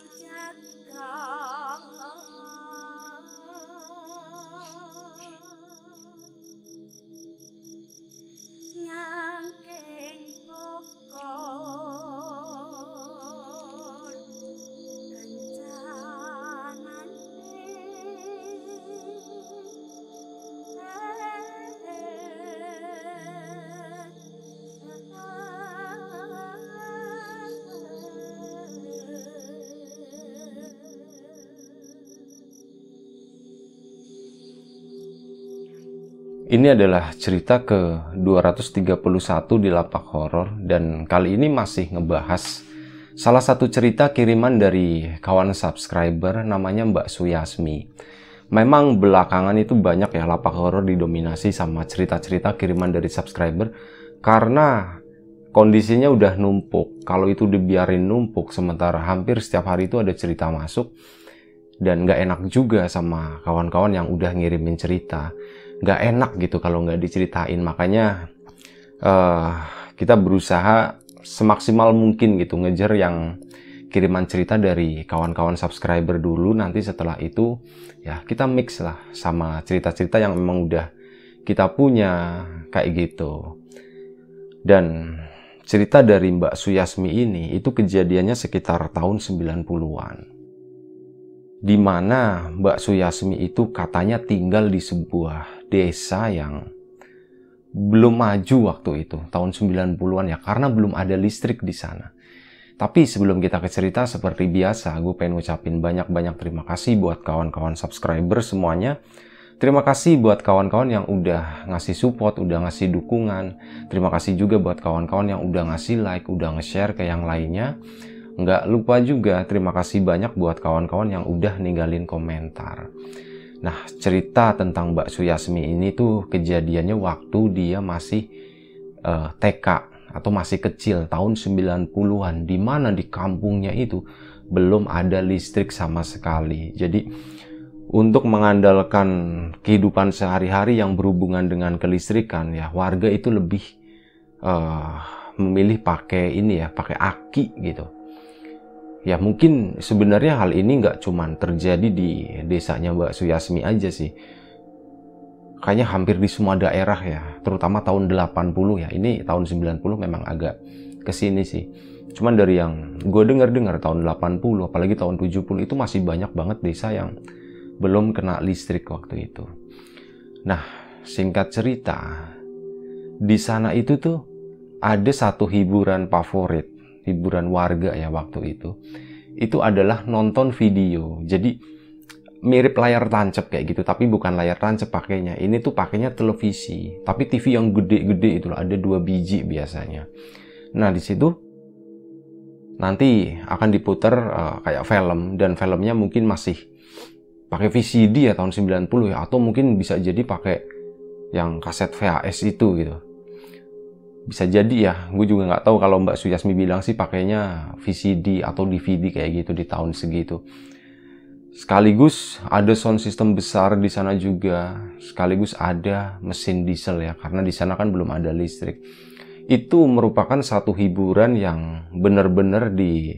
Ini adalah cerita ke-231 di Lapak Horor, dan kali ini masih ngebahas salah satu cerita kiriman dari kawan subscriber namanya Mbak Suyasmi. Memang belakangan itu banyak ya Lapak Horor didominasi sama cerita-cerita kiriman dari subscriber karena kondisinya udah numpuk. Kalau itu dibiarin numpuk sementara hampir setiap hari itu ada cerita masuk, dan nggak enak juga sama kawan-kawan yang udah ngirimin cerita. Nggak enak gitu kalau nggak diceritain. Makanya kita berusaha semaksimal mungkin gitu ngejar yang kiriman cerita dari kawan-kawan subscriber dulu. Nanti setelah itu ya kita mix lah sama cerita-cerita yang memang udah kita punya kayak gitu. Dan cerita dari Mbak Suyasmi ini itu kejadiannya sekitar tahun 90-an. Di mana Mbak Suyasmi itu katanya tinggal di sebuah desa yang belum maju waktu itu, tahun 90-an ya, karena belum ada listrik di sana. Tapi sebelum kita ke cerita, seperti biasa, gue pengen ngucapin banyak-banyak terima kasih buat kawan-kawan subscriber semuanya. Terima kasih buat kawan-kawan yang udah ngasih support, udah ngasih dukungan. Terima kasih juga buat kawan-kawan yang udah ngasih like, udah nge-share ke yang lainnya. Nggak lupa juga terima kasih banyak buat kawan-kawan yang udah ninggalin komentar. Nah, cerita tentang Mbak Suyasmi ini tuh kejadiannya waktu dia masih TK atau masih kecil, tahun 90-an, di mana di kampungnya itu belum ada listrik sama sekali. Jadi untuk mengandalkan kehidupan sehari-hari yang berhubungan dengan kelistrikan ya, warga itu lebih memilih pakai ini ya, pakai aki gitu. Ya mungkin sebenarnya hal ini nggak cuman terjadi di desanya Mbak Suyasmi aja sih. Kayaknya hampir di semua daerah ya, terutama tahun 80 ya. Ini tahun 90 memang agak kesini sih. Cuman dari yang gue dengar tahun 80, apalagi tahun 70 itu masih banyak banget desa yang belum kena listrik waktu itu. Nah, singkat cerita, di sana itu tuh ada satu hiburan favorit. Hiburan warga ya waktu itu adalah nonton video. Jadi mirip layar tancap kayak gitu, tapi bukan layar tancap pakainya. Ini tuh pakainya televisi, tapi TV yang gede-gede itu ada 2 biji biasanya. Nah di situ nanti akan diputer kayak film, dan filmnya mungkin masih pakai VCD ya tahun 90 ya, atau mungkin bisa jadi pakai yang kaset VHS itu gitu. Bisa jadi ya, gue juga nggak tahu kalau Mbak Suyasmi bilang sih pakainya VCD atau DVD kayak gitu di tahun segitu. Sekaligus ada sound system besar di sana juga, sekaligus ada mesin diesel ya, karena di sana kan belum ada listrik. Itu merupakan satu hiburan yang benar-benar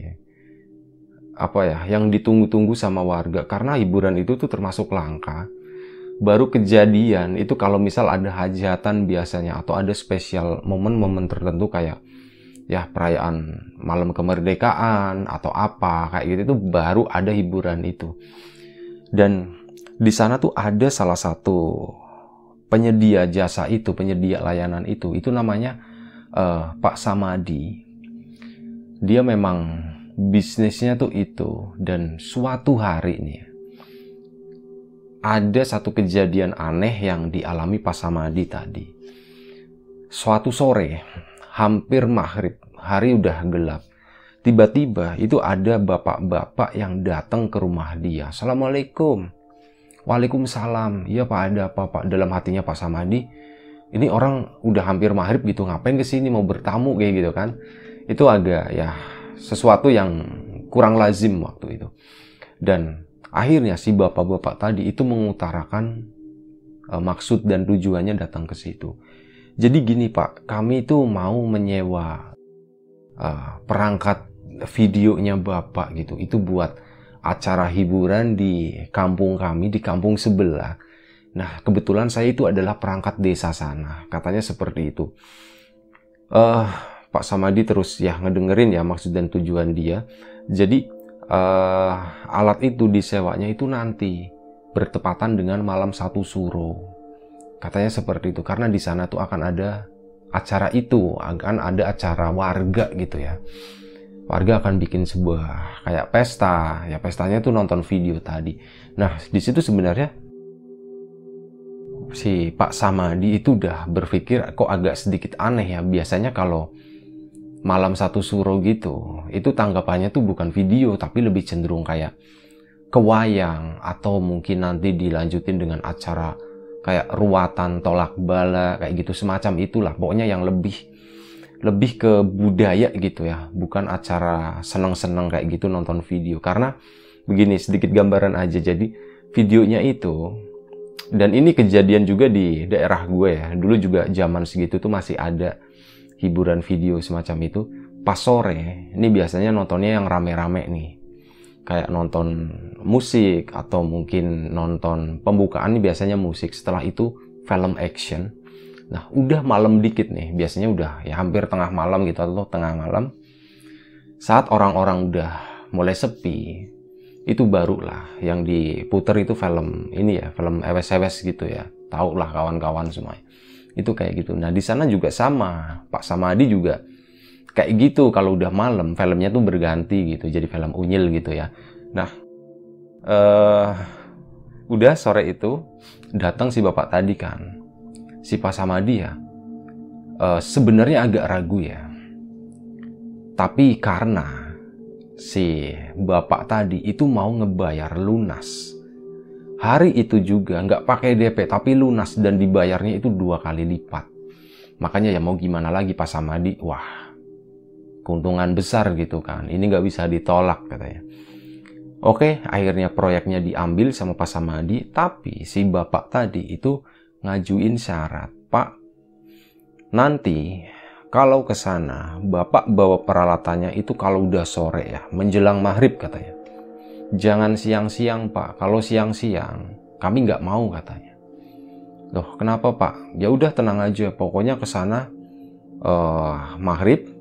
yang ditunggu-tunggu sama warga, karena hiburan itu tuh termasuk langka. Baru kejadian itu kalau misal ada hajatan biasanya, atau ada spesial momen-momen tertentu kayak ya perayaan malam kemerdekaan atau apa kayak gitu, itu baru ada hiburan itu. Dan di sana tuh ada salah satu penyedia jasa itu, penyedia layanan itu namanya Pak Samadi. Dia memang bisnisnya tuh itu, dan suatu hari nih ada satu kejadian aneh yang dialami Pak Samadi tadi. Suatu sore, hampir maghrib, hari udah gelap. Tiba-tiba itu ada bapak-bapak yang datang ke rumah dia. Assalamualaikum. Waalaikumsalam. Iya Pak, ada apa Pak? Dalam hatinya Pak Samadi, ini orang udah hampir maghrib gitu, ngapain kesini, mau bertamu kayak gitu kan. Itu agak ya sesuatu yang kurang lazim waktu itu. Dan akhirnya si bapak-bapak tadi itu mengutarakan maksud dan tujuannya datang ke situ. Jadi gini Pak, kami itu mau menyewa perangkat videonya Bapak gitu. Itu buat acara hiburan di kampung kami, di kampung sebelah. Nah, kebetulan saya itu adalah perangkat desa sana. Katanya seperti itu. Pak Samadi terus ya ngedengerin ya maksud dan tujuan dia. Jadi alat itu disewanya itu nanti bertepatan dengan malam 1 Suro. Katanya seperti itu karena di sana tuh akan ada acara itu, akan ada acara warga gitu ya. Warga akan bikin sebuah kayak pesta, ya pestanya tuh nonton video tadi. Nah, di situ sebenarnya si Pak Samadi itu udah berpikir kok agak sedikit aneh ya. Biasanya kalau malam 1 Suro gitu, itu tanggapannya tuh bukan video, tapi lebih cenderung kayak kewayang, atau mungkin nanti dilanjutin dengan acara kayak ruatan tolak bala, kayak gitu, semacam itulah. Pokoknya yang lebih ke budaya gitu ya, bukan acara seneng-seneng kayak gitu nonton video. Karena begini, sedikit gambaran aja. Jadi videonya itu, dan ini kejadian juga di daerah gue ya, dulu juga zaman segitu tuh masih ada hiburan video semacam itu. Pas sore, ini biasanya nontonnya yang rame-rame nih, kayak nonton musik atau mungkin nonton pembukaan nih biasanya musik, setelah itu film action. Nah, udah malam dikit nih, biasanya udah ya hampir tengah malam gitu atau tengah malam. Saat orang-orang udah mulai sepi, itu barulah yang diputer itu film ini ya, film ewes-ewes gitu ya. Tahu lah kawan-kawan semua. Itu kayak gitu. Nah, di sana juga sama. Pak Samadi juga kayak gitu, kalau udah malam filmnya tuh berganti gitu, jadi film unyil gitu ya. Nah, udah sore itu datang si bapak tadi kan, si Pak Samadi ya. Sebenarnya agak ragu ya, tapi karena si bapak tadi itu mau ngebayar lunas hari itu juga, nggak pakai DP tapi lunas, dan dibayarnya itu 2 kali lipat. Makanya ya mau gimana lagi Pak Samadi, wah keuntungan besar gitu kan, ini nggak bisa ditolak katanya. Oke, akhirnya proyeknya diambil sama Pak Samadi, tapi si bapak tadi itu ngajuin syarat, Pak, nanti kalau ke sana bapak bawa peralatannya itu kalau udah sore ya, menjelang maghrib katanya. Jangan siang-siang Pak, kalau siang-siang kami nggak mau katanya. Loh kenapa Pak? Ya udah tenang aja, pokoknya ke sana maghrib,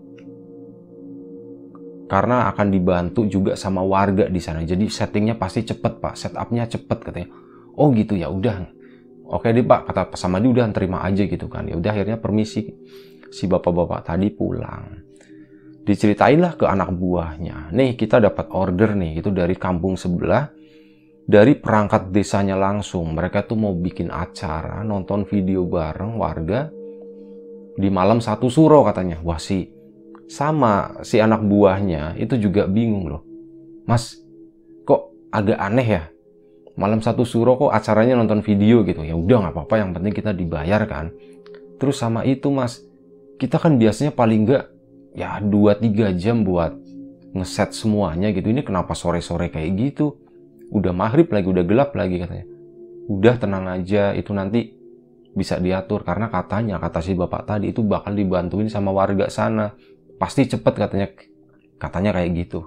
karena akan dibantu juga sama warga di sana. Jadi settingnya pasti cepet Pak, setupnya cepet katanya. Oh gitu ya udah. Oke deh Pak, kata Pak Samadi, udah terima aja gitu kan. Ya udah akhirnya permisi, si bapak-bapak tadi pulang. Diceritainlah ke anak buahnya, nih kita dapat order nih, itu dari kampung sebelah, dari perangkat desanya langsung. Mereka tuh mau bikin acara, nonton video bareng warga di malam 1 Suro katanya. Wah si anak buahnya itu juga bingung loh. Mas, kok agak aneh ya? Malam 1 Suro kok acaranya nonton video gitu. Ya udah nggak apa-apa, yang penting kita dibayar kan. Terus sama itu Mas, kita kan biasanya paling nggak ya 2-3 jam buat ngeset semuanya gitu. Ini kenapa sore-sore kayak gitu? Udah maghrib lagi, udah gelap lagi katanya. Udah tenang aja, itu nanti bisa diatur. Karena katanya, kata si bapak tadi, itu bakal dibantuin sama warga sana. Pasti cepet katanya. Katanya kayak gitu.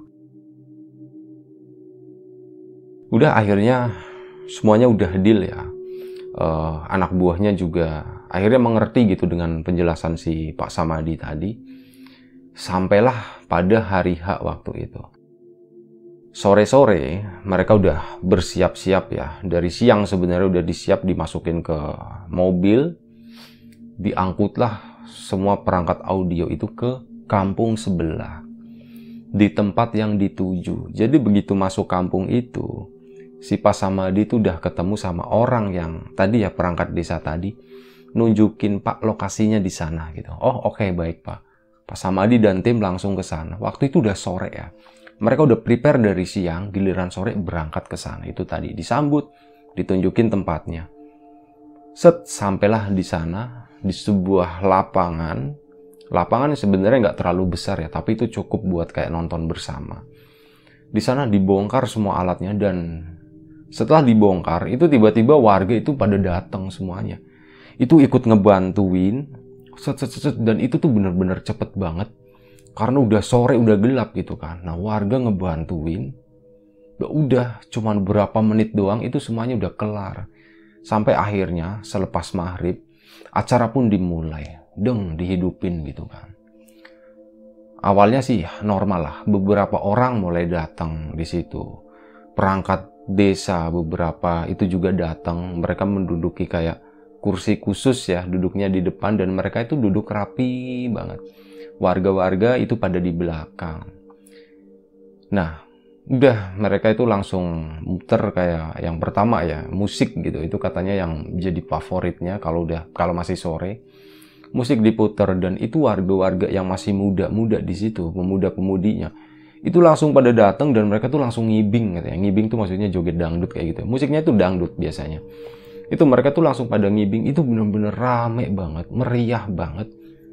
Udah akhirnya semuanya udah deal ya. Anak buahnya juga akhirnya mengerti gitu dengan penjelasan si Pak Samadi tadi. Sampailah pada hari H waktu itu. Sore-sore mereka udah bersiap-siap ya. Dari siang sebenarnya udah disiap, dimasukin ke mobil. Diangkutlah semua perangkat audio itu ke kampung sebelah. Di tempat yang dituju. Jadi begitu masuk kampung itu, si Pak Samadi itu udah ketemu sama orang yang tadi ya, perangkat desa tadi. Nunjukin Pak lokasinya di sana gitu. Oh oke, baik Pak. Pak Samadi dan tim langsung ke sana. Waktu itu udah sore ya. Mereka udah prepare dari siang, giliran sore berangkat ke sana. Itu tadi disambut, ditunjukin tempatnya. Sampailah di sana, di sebuah lapangan. Lapangan sebenarnya nggak terlalu besar ya, tapi itu cukup buat kayak nonton bersama. Di sana dibongkar semua alatnya, dan setelah dibongkar itu tiba-tiba warga itu pada datang semuanya. Itu ikut ngebantuin. Dan itu tuh bener-bener cepet banget. Karena udah sore, udah gelap gitu kan. Nah, warga ngebantuin. Udah cuman berapa menit doang itu semuanya udah kelar. Sampai akhirnya selepas maghrib, acara pun dimulai. Dihidupin gitu kan. Awalnya sih normal lah. Beberapa orang mulai datang di situ. Perangkat desa beberapa itu juga datang. Mereka menduduki kayak kursi khusus ya, duduknya di depan, dan mereka itu duduk rapi banget. Warga-warga itu pada di belakang. Nah, udah mereka itu langsung muter kayak yang pertama ya, musik gitu. Itu katanya yang jadi favoritnya kalau masih sore. Musik diputer, dan itu warga-warga yang masih muda-muda di situ, pemuda-pemudinya. Itu langsung pada datang dan mereka tuh langsung ngibing katanya. Ngibing tuh maksudnya joget dangdut kayak gitu. Musiknya itu dangdut biasanya. Itu mereka tuh langsung pada ngibing, itu bener-bener rame banget, meriah banget.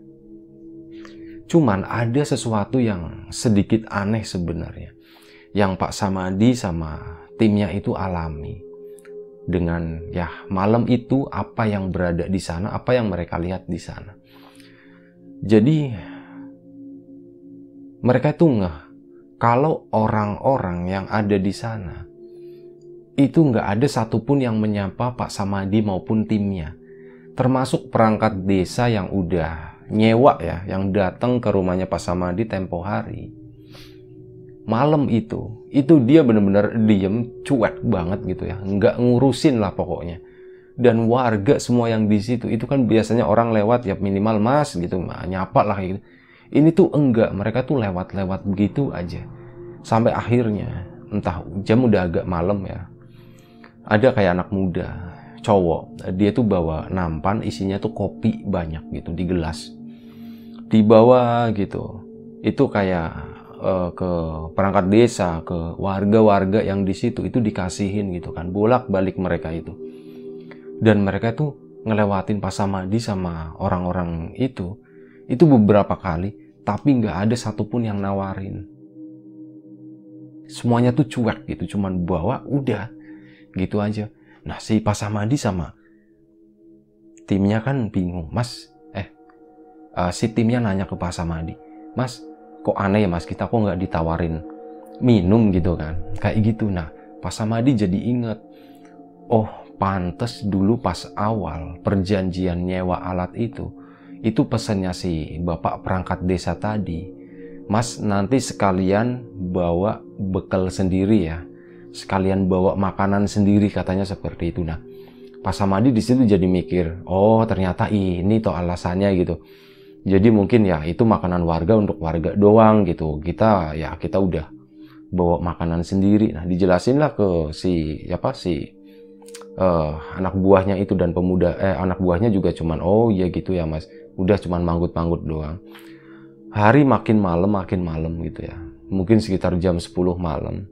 Cuman ada sesuatu yang sedikit aneh sebenarnya, yang Pak Samadi sama timnya itu alami. Dengan ya malam itu apa yang berada di sana, apa yang mereka lihat di sana. Jadi mereka itu ngeh kalau orang-orang yang ada di sana itu nggak ada satupun yang menyapa Pak Samadi maupun timnya. Termasuk perangkat desa yang udah nyewa ya, yang datang ke rumahnya Pak Samadi tempo hari. Malam itu dia benar-benar diem, cuek banget gitu ya, nggak ngurusin lah pokoknya. Dan warga semua yang di situ itu kan biasanya orang lewat ya minimal mas gitu, nyapa lah gitu. Ini tuh enggak, mereka tuh lewat-lewat begitu aja. Sampai akhirnya entah jam udah agak malam ya, ada kayak anak muda, cowok, dia tuh bawa nampan isinya tuh kopi banyak gitu di gelas, dibawa gitu. Itu kayak ke perangkat desa, ke warga-warga yang di situ itu dikasihin gitu kan, bolak-balik mereka itu. Dan mereka tuh ngelewatin Pak Samadi sama orang-orang itu beberapa kali, tapi nggak ada satupun yang nawarin. Semuanya tuh cuek gitu, cuman bawa udah gitu aja. Nah, si Pak Samadi sama timnya kan bingung, mas, si timnya nanya ke Pak Samadi, mas, kok aneh ya mas, kita kok nggak ditawarin minum gitu kan, kayak gitu. Nah, Pak Samadi jadi inget, oh pantes dulu pas awal perjanjian nyewa alat itu pesannya si bapak perangkat desa tadi, mas nanti sekalian bawa bekal sendiri ya, sekalian bawa makanan sendiri, katanya seperti itu. Nah, Pak Samadi di situ jadi mikir, oh ternyata ini toh alasannya gitu. Jadi mungkin ya itu makanan warga untuk warga doang gitu. Kita udah bawa makanan sendiri. Nah, dijelasin lah ke anak buahnya itu, dan anak buahnya juga cuman oh iya gitu ya mas. Udah cuman manggut-manggut doang. Hari makin malam gitu ya. Mungkin sekitar jam 10 malam.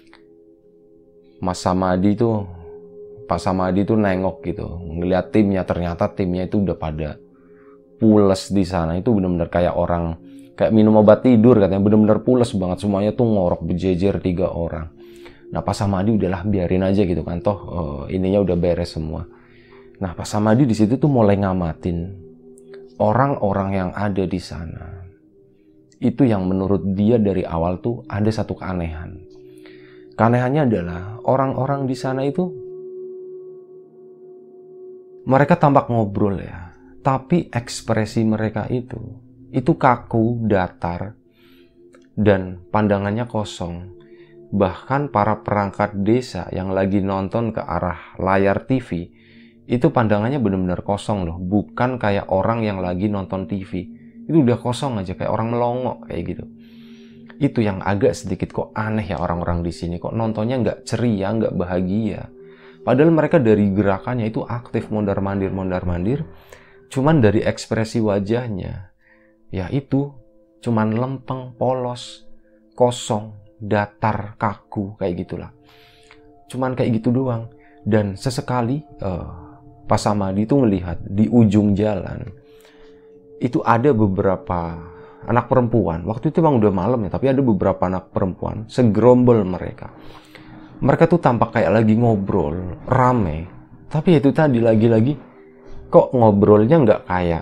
Pak Samadi tuh nengok gitu, ngeliat timnya, ternyata timnya itu udah pada pules di sana. Itu benar-benar kayak orang kayak minum obat tidur katanya, benar-benar pules banget, semuanya tuh ngorok berjejer 3 orang. Nah, Pak Samadi udahlah biarin aja gitu kan, toh ininya udah beres semua. Nah, Pak Samadi di situ tuh mulai ngamatin orang-orang yang ada di sana. Itu yang menurut dia dari awal tuh ada satu keanehan. Keanehannya adalah orang-orang di sana itu mereka tampak ngobrol ya, tapi ekspresi mereka itu kaku, datar, dan pandangannya kosong. Bahkan para perangkat desa yang lagi nonton ke arah layar TV, itu pandangannya benar-benar kosong loh. Bukan kayak orang yang lagi nonton TV. Itu udah kosong aja, kayak orang melongo kayak gitu. Itu yang agak sedikit kok aneh ya, orang-orang di sini kok nontonnya nggak ceria, nggak bahagia. Padahal mereka dari gerakannya itu aktif, mondar-mandir. Cuman dari ekspresi wajahnya, ya itu cuman lempeng, polos, kosong, datar, kaku, kayak gitulah. Cuman kayak gitu doang. Dan sesekali Pak Samadi itu melihat di ujung jalan itu ada beberapa anak perempuan. Waktu itu emang udah malam ya, tapi ada beberapa anak perempuan, segerombol mereka. Mereka tuh tampak kayak lagi ngobrol, rame. Tapi itu tadi lagi-lagi kok ngobrolnya nggak kayak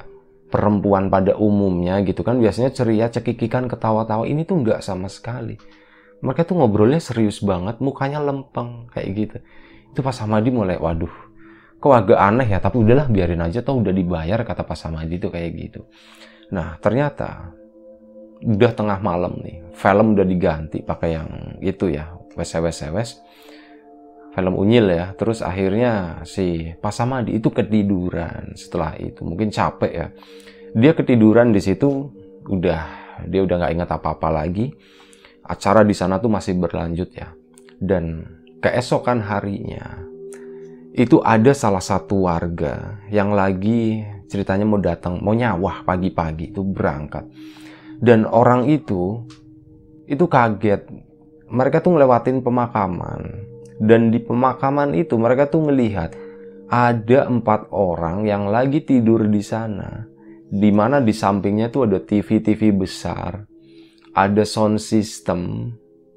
perempuan pada umumnya gitu kan, biasanya ceria, cekikikan, ketawa-tawa. Ini tuh nggak sama sekali. Mereka tuh ngobrolnya serius banget, mukanya lempeng kayak gitu. Itu Pak Samadi mulai, waduh, kok agak aneh ya, tapi udahlah biarin aja, toh udah dibayar, kata Pak Samadi tuh kayak gitu. Nah ternyata udah tengah malam nih, film udah diganti pakai yang itu ya, wes film unyil ya. Terus akhirnya si Pak Samadi itu ketiduran setelah itu, mungkin capek ya. Dia ketiduran di situ, dia udah nggak ingat apa-apa lagi. Acara di sana tuh masih berlanjut ya. Dan keesokan harinya itu ada salah satu warga yang lagi ceritanya mau datang, mau nyawah pagi-pagi itu berangkat. Dan orang itu kaget. Mereka tuh ngelewatin pemakaman. Dan di pemakaman itu mereka tuh melihat ada 4 orang yang lagi tidur di sana. Di mana di sampingnya tuh ada TV besar, ada sound system,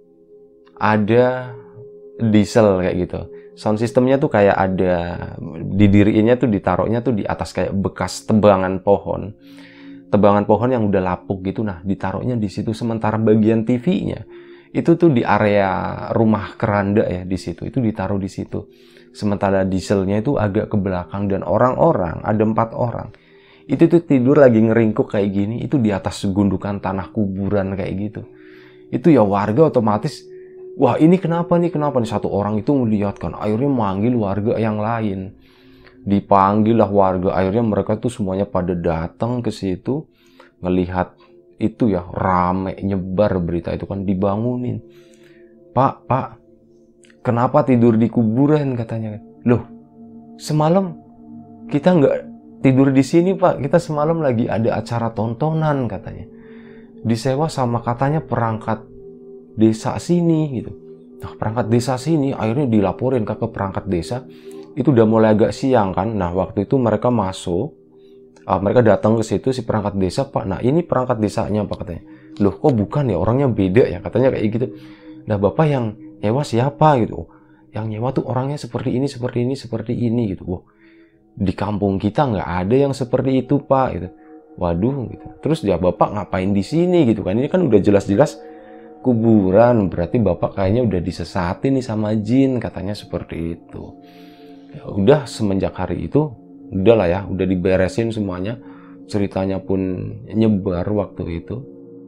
ada diesel kayak gitu. Sound systemnya tuh kayak ada didiriinnya tuh, ditaruhnya tuh di atas kayak bekas tebangan pohon yang udah lapuk gitu. Nah ditaruhnya di situ. Sementara bagian TV-nya itu tuh di area rumah keranda ya, di situ itu ditaruh di situ. Sementara dieselnya itu agak ke belakang. Dan orang-orang, ada 4 orang itu tuh tidur lagi ngeringkuk kayak gini, itu di atas gundukan tanah kuburan kayak gitu. Itu ya warga otomatis, wah ini kenapa nih satu orang itu melihat kan, akhirnya manggil warga yang lain. Dipanggil lah warga, akhirnya mereka tuh semuanya pada datang ke situ ngelihat itu ya, rame, nyebar berita itu kan, dibangunin. Pak, kenapa tidur di kuburan, katanya. Loh, semalam kita nggak tidur di sini Pak, kita semalam lagi ada acara tontonan katanya. Disewa sama katanya perangkat desa sini gitu. Nah perangkat desa sini akhirnya dilaporin ke perangkat desa. Itu udah mulai agak siang kan. Nah waktu itu mereka masuk, mereka datang ke situ, si perangkat desa, Pak, nah ini perangkat desanya Pak, katanya. Loh kok bukan ya, orangnya beda ya, katanya kayak gitu. Nah Bapak yang nyewa siapa gitu? Yang nyewa tuh orangnya seperti ini gitu. Wah, di kampung kita nggak ada yang seperti itu Pak gitu. Waduh gitu. Terus ya Bapak ngapain di sini gitu kan? Ini kan udah jelas-jelas kuburan, berarti Bapak kayaknya udah disesatin nih sama jin, katanya seperti itu. Ya udah, semenjak hari itu udahlah ya, udah diberesin semuanya. Ceritanya pun nyebar waktu itu,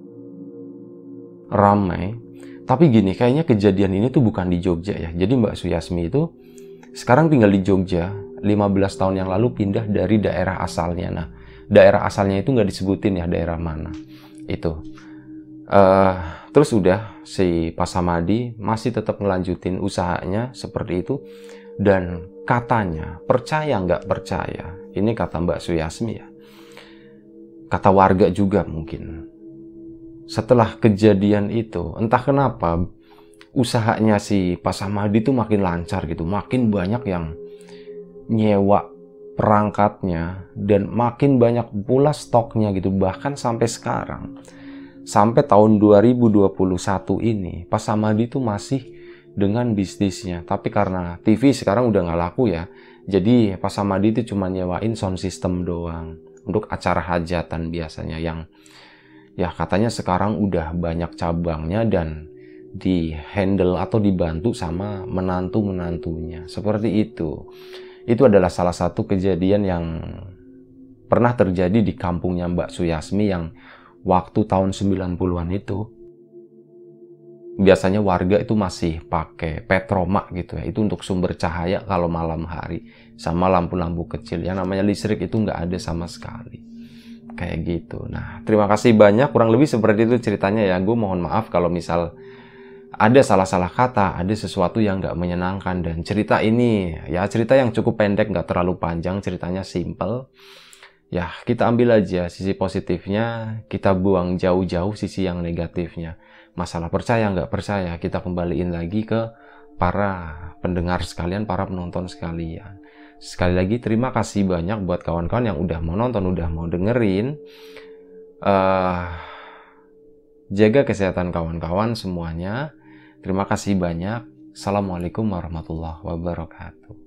ramai. Tapi gini, kayaknya kejadian ini tuh bukan di Jogja ya. Jadi Mbak Suyasmi itu sekarang tinggal di Jogja. 15 tahun yang lalu pindah dari daerah asalnya. Nah, daerah asalnya itu nggak disebutin ya daerah mana. Itu. Terus udah, si Pak Samadi masih tetap ngelanjutin usahanya seperti itu. Dan katanya, percaya nggak percaya, ini kata Mbak Suyasmi ya, kata warga juga mungkin, setelah kejadian itu entah kenapa usahanya si Pak Samadi itu makin lancar gitu, makin banyak yang nyewa perangkatnya dan makin banyak pula stoknya gitu. Bahkan sampai sekarang, sampai tahun 2021 ini Pak Samadi itu masih dengan bisnisnya. Tapi karena TV sekarang udah nggak laku ya, jadi Pak Samadi itu cuma nyewain sound system doang untuk acara hajatan biasanya, yang ya katanya sekarang udah banyak cabangnya dan di handle atau dibantu sama menantu-menantunya seperti itu. Itu adalah salah satu kejadian yang pernah terjadi di kampungnya Mbak Suyasmi yang waktu tahun 90-an itu. Biasanya warga itu masih pakai petroma gitu ya, itu untuk sumber cahaya kalau malam hari, sama lampu-lampu kecil. Yang namanya listrik itu nggak ada sama sekali, kayak gitu. Nah terima kasih banyak, kurang lebih seperti itu ceritanya ya. Gue mohon maaf kalau misal ada salah-salah kata, ada sesuatu yang nggak menyenangkan. Dan cerita ini ya cerita yang cukup pendek, nggak terlalu panjang, ceritanya simple. Ya kita ambil aja sisi positifnya, kita buang jauh-jauh sisi yang negatifnya. Masalah percaya nggak percaya, kita kembaliin lagi ke para pendengar sekalian, para penonton sekalian. Sekali lagi terima kasih banyak buat kawan-kawan yang udah mau nonton, udah mau dengerin. Jaga kesehatan kawan-kawan semuanya. Terima kasih banyak. Assalamualaikum warahmatullahi wabarakatuh.